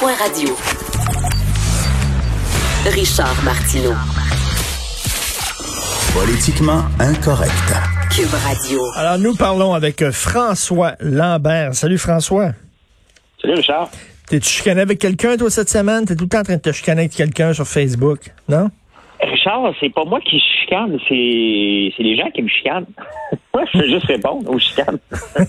Point Radio. Richard Martineau. Politiquement incorrect. Cube Radio. Alors, nous parlons avec François Lambert. Salut, François. Salut, Richard. T'es-tu chicané avec quelqu'un, toi, cette semaine? T'es tout le temps en train de te chicaner avec quelqu'un sur Facebook, non? Richard, c'est pas moi qui chicane, c'est les gens qui me chicanent. Moi, je fais juste répondre aux chicanes.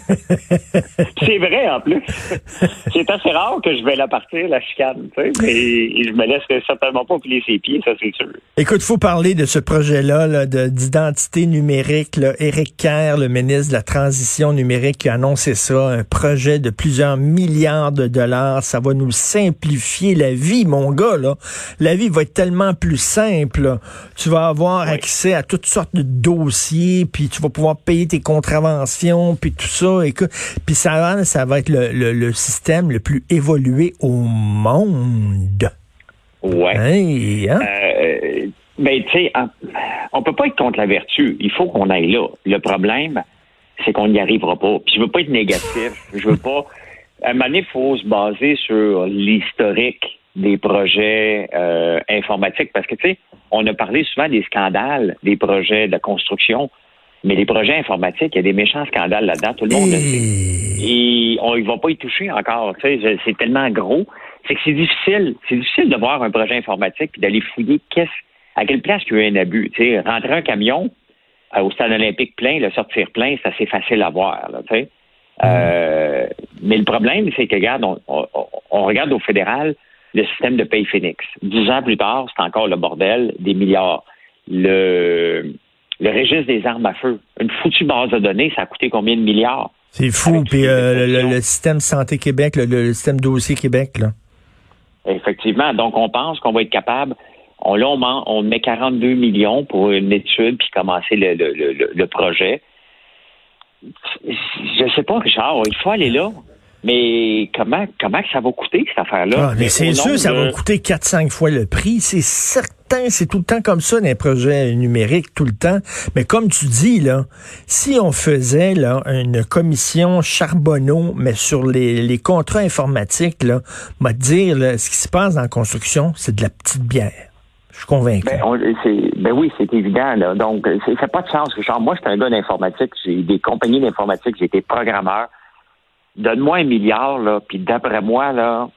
C'est vrai, en plus. C'est assez rare que je vais la partir, la chicane, tu sais, mais je me laisserai certainement pas piler ses pieds, ça, c'est sûr. Écoute, faut parler de ce projet-là là, d'identité numérique. Là. Éric Kerr, le ministre de la Transition numérique, qui a annoncé ça, un projet de plusieurs milliards de dollars. Ça va nous simplifier la vie, mon gars. Là. La vie va être tellement plus simple. Là. Tu vas avoir accès à toutes sortes de dossiers, puis tu vas pouvoir payer tes contraventions, puis tout ça. Écoute, puis ça va être le système le plus évolué au monde. Ouais. Hey, hein? Ben, tu sais, on peut pas être contre la vertu. Il faut qu'on aille là. Le problème, c'est qu'on n'y arrivera pas. Puis je veux pas être négatif. Je veux pas... À un moment donné, il faut se baser sur l'historique des projets informatiques. Parce que, tu sais, on a parlé souvent des scandales des projets de construction, mais les projets informatiques, il y a des méchants scandales là-dedans. Tout le monde le sait. Et on ne va pas y toucher encore. Tu sais, c'est tellement gros. C'est que c'est difficile. C'est difficile de voir un projet informatique et d'aller fouiller à quelle place il y a eu un abus. Tu sais, rentrer un camion au stade olympique plein, le sortir plein, c'est assez facile à voir. Là, tu sais. Mais le problème, c'est que, regarde, on regarde au fédéral le système de paye Phoenix. 10 ans plus tard, c'est encore le bordel, des milliards. Le registre des armes à feu, une foutue base de données, ça a coûté combien de milliards? C'est fou. Puis le système Santé Québec, le système Dossier Québec, là. Effectivement. Donc, on pense qu'on va être capable. On met 42 millions pour une étude puis commencer le projet. Je sais pas, Richard, il faut aller là. Mais comment que ça va coûter, cette affaire-là? Mais c'est sûr, ça va coûter 4-5 fois le prix. C'est certain, c'est tout le temps comme ça dans les projets numériques, tout le temps. Mais comme tu dis, là, si on faisait là une commission Charbonneau, mais sur les contrats informatiques, là, m'a dire là, ce qui se passe dans la construction, c'est de la petite bière. Je suis convaincu. Ben oui, c'est évident. Là. Donc, ça fait pas de sens, Richard. Moi, je suis un gars d'informatique. J'ai des compagnies d'informatique. J'ai été programmeur. Donne-moi 1 milliard, là, puis d'après moi,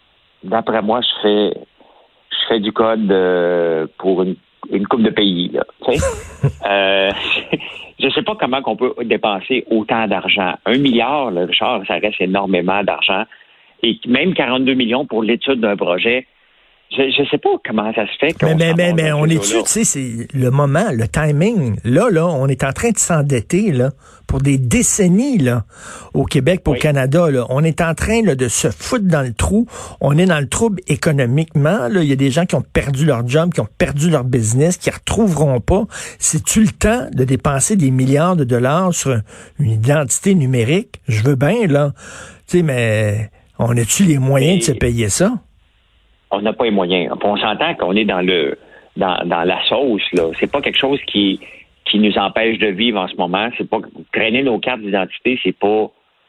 je fais du code pour une couple de pays, là. Tu sais? Je sais pas comment qu'on peut dépenser autant d'argent. 1 milliard, là, Richard, ça reste énormément d'argent. Et même 42 millions pour l'étude d'un projet. Je sais pas comment ça se fait. Mais on est-tu, tu sais, c'est le moment, le timing. Là, on est en train de s'endetter, là, pour des décennies, là, au Québec, au Canada, là. On est en train, là, de se foutre dans le trou. On est dans le trouble économiquement, là. Il y a des gens qui ont perdu leur job, qui ont perdu leur business, qui ne retrouveront pas. C'est-tu le temps de dépenser des milliards de dollars sur une identité numérique? Je veux bien, là. Tu sais, mais on a-tu les moyens de se payer ça? On n'a pas les moyens. On s'entend qu'on est dans la sauce, là. C'est pas quelque chose qui nous empêche de vivre en ce moment. C'est pas traîner nos cartes d'identité, c'est pas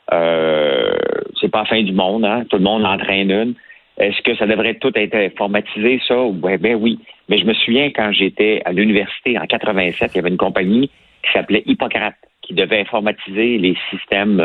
la fin du monde, hein. Tout le monde en traîne une. Est-ce que ça devrait tout être informatisé, ça? Ben oui. Mais je me souviens quand j'étais à l'université en 87, il y avait une compagnie qui s'appelait Hippocrate, qui devait informatiser les systèmes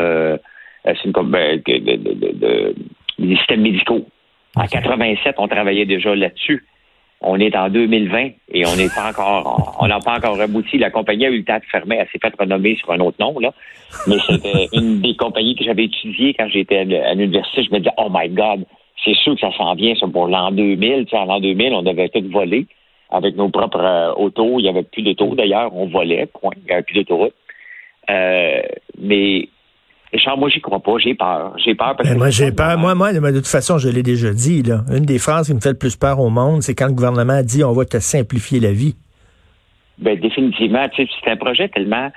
les systèmes médicaux. En 87, on travaillait déjà là-dessus. On est en 2020 et on n'a pas encore abouti. La compagnie a eu le temps de fermer. Elle s'est fait renommer sur un autre nom, là. Mais c'était une des compagnies que j'avais étudiées quand j'étais à l'université. Je me disais, oh my God, c'est sûr que ça s'en vient, ça, pour l'an 2000. Tu sais, en l'an 2000, on devait tout voler avec nos propres autos. Il n'y avait plus d'autos, d'ailleurs. On volait, point. Il n'y avait plus d'autoroute. Mais... Richard, moi, j'y crois pas. J'ai peur. Parce que j'ai peur. Moi, de toute façon, je l'ai déjà dit, là. Une des phrases qui me fait le plus peur au monde, c'est quand le gouvernement dit on va te simplifier la vie. Ben, définitivement. Tu sais, c'est un projet tellement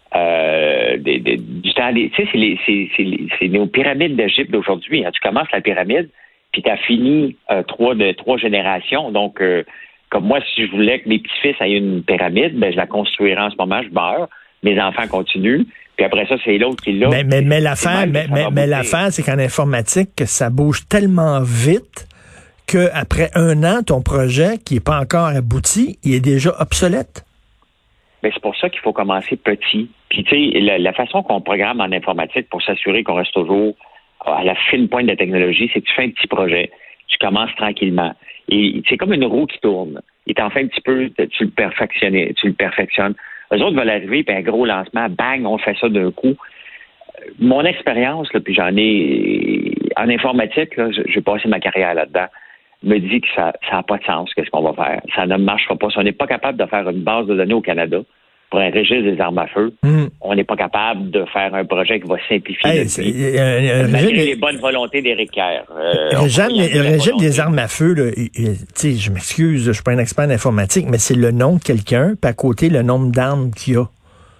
du temps. Tu sais, c'est nos pyramides d'Égypte d'aujourd'hui. Hein. Tu commences la pyramide, puis tu as fini trois générations. Donc, comme moi, si je voulais que mes petits-fils aient une pyramide, ben, je la construirais en ce moment, je meurs. Mes enfants continuent. Puis après ça, c'est l'autre qui l'a. Mais l'affaire, c'est qu'en informatique, ça bouge tellement vite qu'après 1 an, ton projet, qui n'est pas encore abouti, il est déjà obsolète? Ben, c'est pour ça qu'il faut commencer petit. Puis, tu sais, la façon qu'on programme en informatique pour s'assurer qu'on reste toujours à la fine pointe de la technologie, c'est que tu fais un petit projet, tu commences tranquillement. Et c'est comme une roue qui tourne. Il t'en fait un petit peu, tu le perfectionnes. Eux autres veulent arriver, puis un gros lancement, bang, on fait ça d'un coup. Mon expérience, là, puis j'en ai en informatique, là, j'ai passé ma carrière là-dedans, me dit que ça n'a pas de sens, qu'est-ce qu'on va faire. Ça ne marchera pas. Si on n'est pas capable de faire une base de données au Canada pour un registre des armes à feu, on n'est pas capable de faire un projet qui va simplifier malgré les bonnes volontés d'Éric Kerr. Le régime des armes à feu, là, je m'excuse, je suis pas un expert d'informatique, mais c'est le nom de quelqu'un, puis à côté, le nombre d'armes qu'il y a.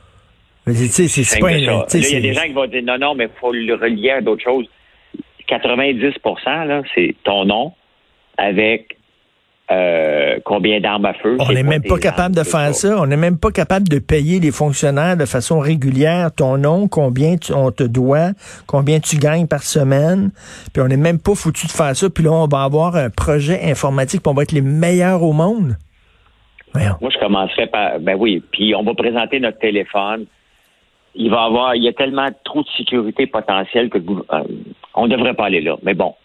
C'est pas il y a des gens qui vont dire non, mais il faut le relier à d'autres choses. 90%, là, c'est ton nom avec combien d'armes à feu. On n'est même pas capable de faire ça. On n'est même pas capable de payer les fonctionnaires de façon régulière. Ton nom, combien on te doit, combien tu gagnes par semaine. Puis on n'est même pas foutu de faire ça. Puis là, on va avoir un projet informatique, puis on va être les meilleurs au monde. Voyons. Moi, je commencerais par... Ben oui, puis on va présenter notre téléphone. Il y a tellement trop de sécurité potentielle que on ne devrait pas aller là. Mais bon,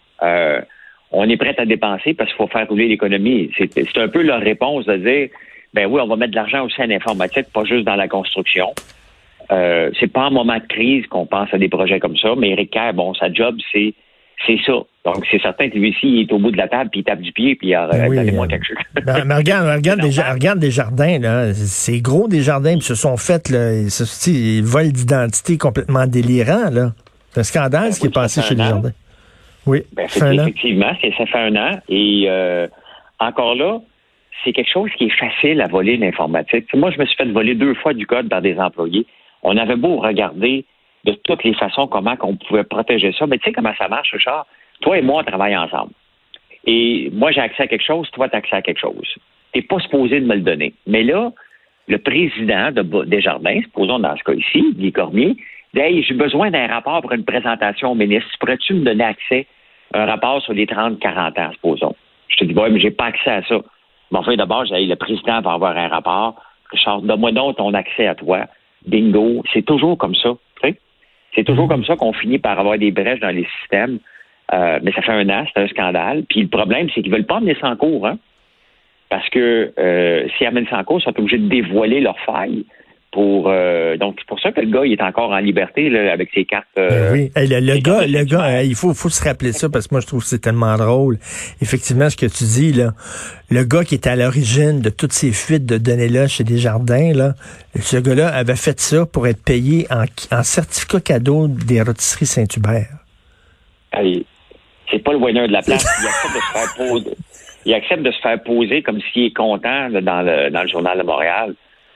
on est prêt à dépenser parce qu'il faut faire rouler l'économie. C'est un peu leur réponse de dire, ben oui, on va mettre de l'argent aussi en informatique, pas juste dans la construction. C'est pas en moment de crise qu'on pense à des projets comme ça, mais Éric Kerr, bon, sa job, c'est ça. Donc, c'est certain que lui-ci, il est au bout de la table, puis il tape du pied, puis il donnez-moi quelque chose. Mais regarde Desjardins, là. C'est gros, Desjardins, puis se sont fait, là, ils volent d'identité complètement délirant, là. C'est un scandale, ce qui est passé chez Desjardins. Oui, effectivement, ça fait 1 an. Et encore là, c'est quelque chose qui est facile à voler l'informatique. Moi, je me suis fait voler 2 fois du code par des employés. On avait beau regarder de toutes les façons comment on pouvait protéger ça. Mais tu sais comment ça marche, Richard? Toi et moi, on travaille ensemble. Et moi, j'ai accès à quelque chose, toi, tu as accès à quelque chose. Tu n'es pas supposé de me le donner. Mais là, le président de Desjardins, supposons dans ce cas ici, Guy Cormier, dit « Hey, j'ai besoin d'un rapport pour une présentation au ministre. Pourrais-tu me donner accès à un rapport sur les 30-40 ans, supposons? » Je te dis « Ouais, mais j'ai pas accès à ça. » Mais enfin, d'abord, j'ai dit « Le président va avoir un rapport. Richard, donne-moi donc ton accès à toi. » Bingo. C'est toujours comme ça. C'est toujours comme ça qu'on finit par avoir des brèches dans les systèmes. Mais ça fait 1 an, c'est un scandale. Puis le problème, c'est qu'ils veulent pas amener ça en cours, hein? Parce que s'ils amènent ça en cours, ils sont obligés de dévoiler leurs failles. Donc, c'est pour ça que le gars, il est encore en liberté là, avec ses cartes. Oui, le gars, il faut se rappeler ça parce que moi, je trouve que c'est tellement drôle. Effectivement, ce que tu dis, là, le gars qui était à l'origine de toutes ces fuites de données-là chez Desjardins, là, ce gars-là avait fait ça pour être payé en certificat cadeau des rôtisseries Saint-Hubert. Allez, c'est pas le winner de la place. Il accepte de se faire poser comme s'il est content là, dans le Journal de Montréal.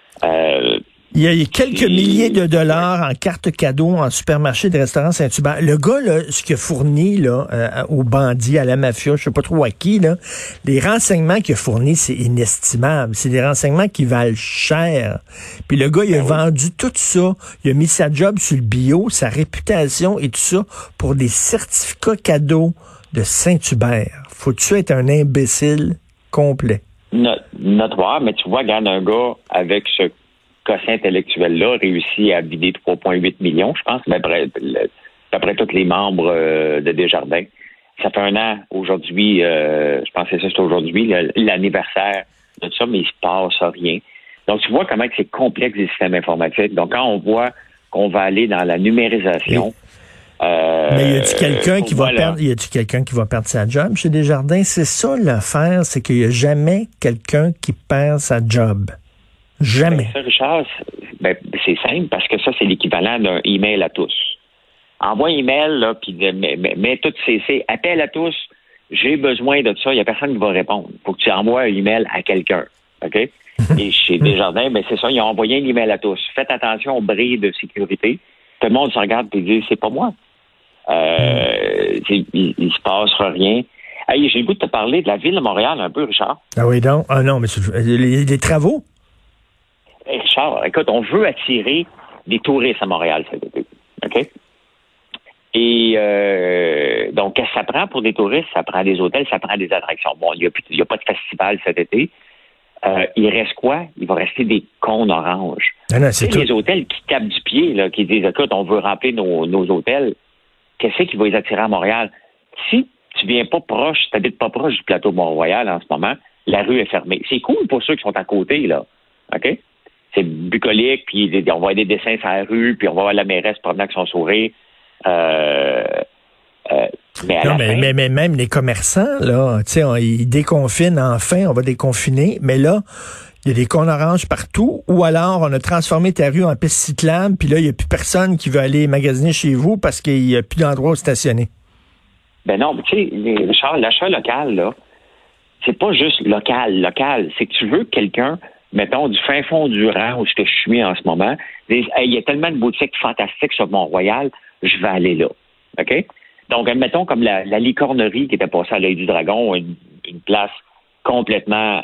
Il y a quelques milliers de dollars en cartes cadeaux en supermarché de restaurants Saint-Hubert. Le gars, là, ce qu'il a fourni là, aux bandits, à la mafia, je sais pas trop à qui, là, les renseignements qu'il a fournis, c'est inestimable. C'est des renseignements qui valent cher. Puis le gars, il a vendu tout ça. Il a mis sa job sur le bio, sa réputation et tout ça pour des certificats cadeaux de Saint-Hubert. Faut-tu être un imbécile complet? Notoire, mais tu vois, regarde un gars avec ce quotient intellectuel-là réussit à vider 3,8 millions, je pense, d'après tous les membres de Desjardins. Ça fait 1 an aujourd'hui, je pense que c'est aujourd'hui, l'anniversaire de tout ça, mais il se passe rien. Donc, tu vois comment c'est complexe les systèmes informatiques. Donc, quand on voit qu'on va aller dans la numérisation... mais y a-t-il quelqu'un qui va perdre? Y a-t-il quelqu'un qui va perdre sa job chez Desjardins? C'est ça l'affaire, c'est qu'il y a jamais quelqu'un qui perd sa job. Jamais. Ça, Richard, c'est simple parce que ça, c'est l'équivalent d'un email à tous. Envoie un email, là, puis mets tout CC, appelle à tous, j'ai besoin de ça, il n'y a personne qui va répondre. Il faut que tu envoies un email à quelqu'un. OK? Et chez Desjardins, c'est ça, ils ont envoyé un email à tous. Faites attention aux brilles de sécurité. Tout le monde se regarde et dit, c'est pas moi. Il se passera rien. Hey, j'ai le goût de te parler de la ville de Montréal un peu, Richard. Ah oui, donc? Ah non, mais les travaux? Hey, Richard, écoute, on veut attirer des touristes à Montréal cet été. OK? Et donc, qu'est-ce que ça prend pour des touristes? Ça prend des hôtels, ça prend des attractions. Bon, il n'y a pas de festival cet été. Il reste quoi? Il va rester des cônes oranges. C'est les hôtels qui tapent du pied, là, qui disent, écoute, on veut remplir nos hôtels. Qu'est-ce qui va les attirer à Montréal? Si tu viens pas proche, tu n'habites pas proche du plateau Mont-Royal en ce moment, la rue est fermée. C'est cool pour ceux qui sont à côté, là. OK? C'est bucolique, puis on va avoir des dessins sur la rue, puis on va voir la mairesse promener avec son sourire. Mais même les commerçants, là, tu sais, ils déconfinent enfin, on va déconfiner, mais là, il y a des cônes oranges partout, ou alors on a transformé ta rue en piste cyclable, puis là, il n'y a plus personne qui veut aller magasiner chez vous parce qu'il n'y a plus d'endroit où stationner. Ben non, tu sais, Charles, l'achat local, là, c'est pas juste local. C'est que tu veux que quelqu'un, mettons, du fin fond du rang où je suis en ce moment, dise, hey, il y a tellement de boutiques fantastiques sur Mont-Royal, je vais aller là. OK? Donc, admettons comme la licornerie qui était passée à l'Œil du Dragon, une place complètement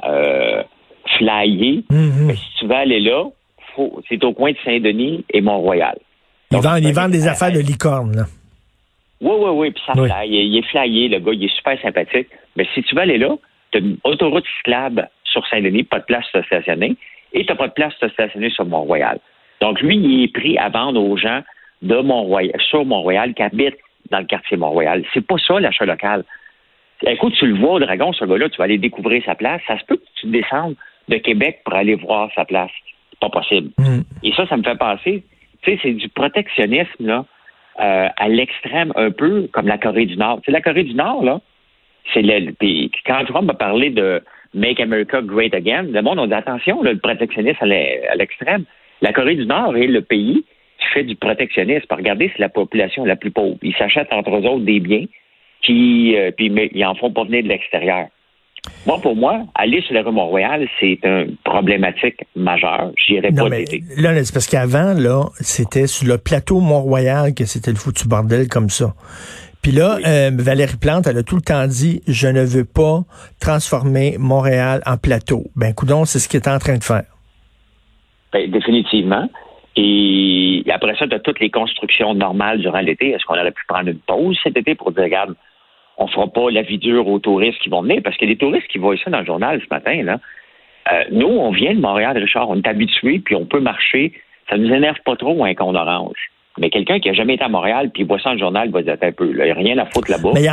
flyée. Mais si tu veux aller là, c'est au coin de Saint-Denis et Mont-Royal. Ils vendent des affaires de licorne, là. Oui, puis ça fly. Il est flyé, le gars, il est super sympathique. Mais si tu veux aller là, tu as une autoroute cyclable sur Saint-Denis, pas de place pour te stationner, et tu n'as pas de place pour te stationner sur Mont-Royal. Donc, lui, il est pris à vendre aux gens de Mont-Royal, sur Mont-Royal, qui habitent dans le quartier Mont-Royal. C'est pas ça, l'achat local. Écoute, tu le vois au Dragon, ce gars-là, tu vas aller découvrir sa place. Ça se peut que tu descendes de Québec pour aller voir sa place. C'est pas possible. Et ça me fait penser, tu sais, c'est du protectionnisme, là, à l'extrême, un peu comme la Corée du Nord. Tu sais, la Corée du Nord, là, puis quand Trump a parlé de Make America Great Again, le monde a dit attention, là, le protectionnisme à l'extrême. La Corée du Nord est le pays qui fait du protectionnisme. Regardez, c'est la population la plus pauvre. Ils s'achètent entre eux autres des biens puis ils en font pas venir de l'extérieur. Pour moi, aller sur la rue Mont-Royal, c'est une problématique majeure. J'irais pas l'été. Là, c'est parce qu'avant, là, c'était sur le plateau Mont-Royal que c'était le foutu bordel comme ça. Puis là, Valérie Plante, elle a tout le temps dit, je ne veux pas transformer Montréal en plateau. Ben, coudonc, c'est ce qu'il est en train de faire. Ben, définitivement. Et après ça, tu as toutes les constructions normales durant l'été. Est-ce qu'on aurait pu prendre une pause cet été pour dire, regarde, on fera pas la vie dure aux touristes qui vont venir? Parce que les touristes qui voient ça dans le journal ce matin, là, nous, on vient de Montréal, Richard, on est habitués, puis on peut marcher. Ça nous énerve pas trop un cône orange. Mais quelqu'un qui a jamais été à Montréal, puis il voit ça dans le journal, il va dire un peu, il n'y a rien à foutre là-bas. Mais il y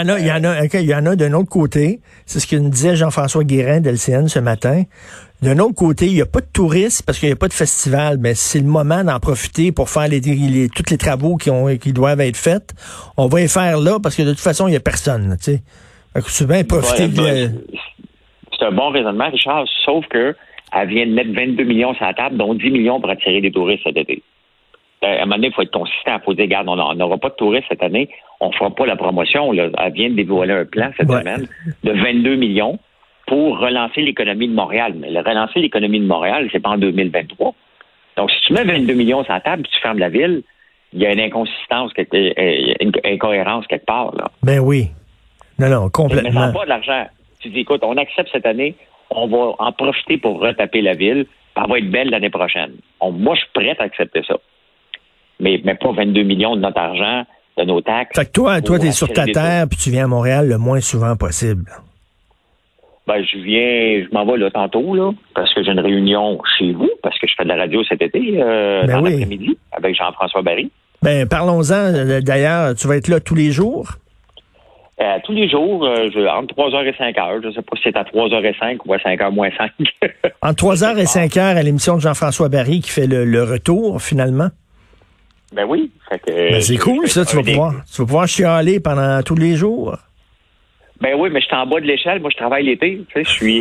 en a d'un autre côté. C'est ce que nous disait Jean-François Guérin d'LCN ce matin. D'un autre côté, il n'y a pas de touristes parce qu'il n'y a pas de festival. Mais c'est le moment d'en profiter pour faire tous les travaux qui doivent être faits. On va les faire là parce que de toute façon, il n'y a personne. Tu sais, souvent profiter. C'est un bon raisonnement, Richard. Sauf que elle vient de mettre 22 millions sur la table, dont 10 millions pour attirer des touristes cet été. À un moment donné, il faut être consistant. Il faut dire, regarde, on n'aura pas de touristes cette année. On ne fera pas la promotion. Là. Elle vient de dévoiler un plan cette semaine de 22 millions pour relancer l'économie de Montréal. Mais relancer l'économie de Montréal, c'est pas en 2023. Donc, si tu mets 22 millions sur la table et tu fermes la ville, il y a une inconsistance, une incohérence quelque part. Là. Ben oui. Non, complètement. Mais ça pas de l'argent. Tu dis, écoute, on accepte cette année, on va en profiter pour retaper la ville, puis elle va être belle l'année prochaine. Moi, je suis prêt à accepter ça. Mais pas 22 millions de notre argent, de nos taxes. Fait que toi, t'es sur ta terre, puis tu viens à Montréal le moins souvent possible. Ben, je m'en vais là tantôt, là, parce que j'ai une réunion chez vous, parce que je fais de la radio cet été, dans l'après-midi, avec Jean-François Barry. Ben, parlons-en. D'ailleurs, tu vas être là tous les jours? Tous les jours, entre 3h et 5h. Je ne sais pas si c'est à 3h05 ou à 5h moins 5. Entre 3h et 5h à l'émission de Jean-François Barry qui fait le retour, finalement? Ben oui. Fait que, c'est cool, ça. Tu vas pouvoir chialer pendant tous les jours. Ben oui, mais je suis en bas de l'échelle. Moi, je travaille l'été. Tu sais, je suis...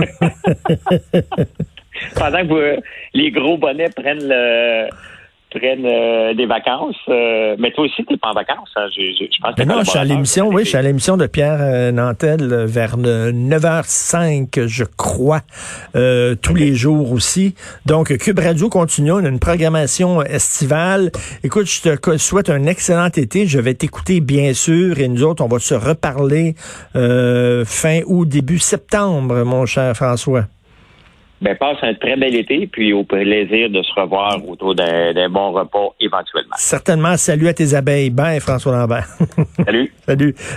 Pendant que les gros bonnets prennent des vacances. Mais toi aussi, tu n'es pas en vacances. Hein? Je pense que non, je suis à l'émission, je suis à l'émission de Pierre Nantel vers 9h05, je crois, tous les jours aussi. Donc, Cube Radio continue, on a une programmation estivale. Écoute, je te souhaite un excellent été. Je vais t'écouter, bien sûr, et nous autres, on va se reparler fin août, début septembre, mon cher François. passe un très bel été, puis au plaisir de se revoir autour d'un bon repas éventuellement. Certainement. Salut à tes abeilles. Bye, François Lambert. Salut. Salut.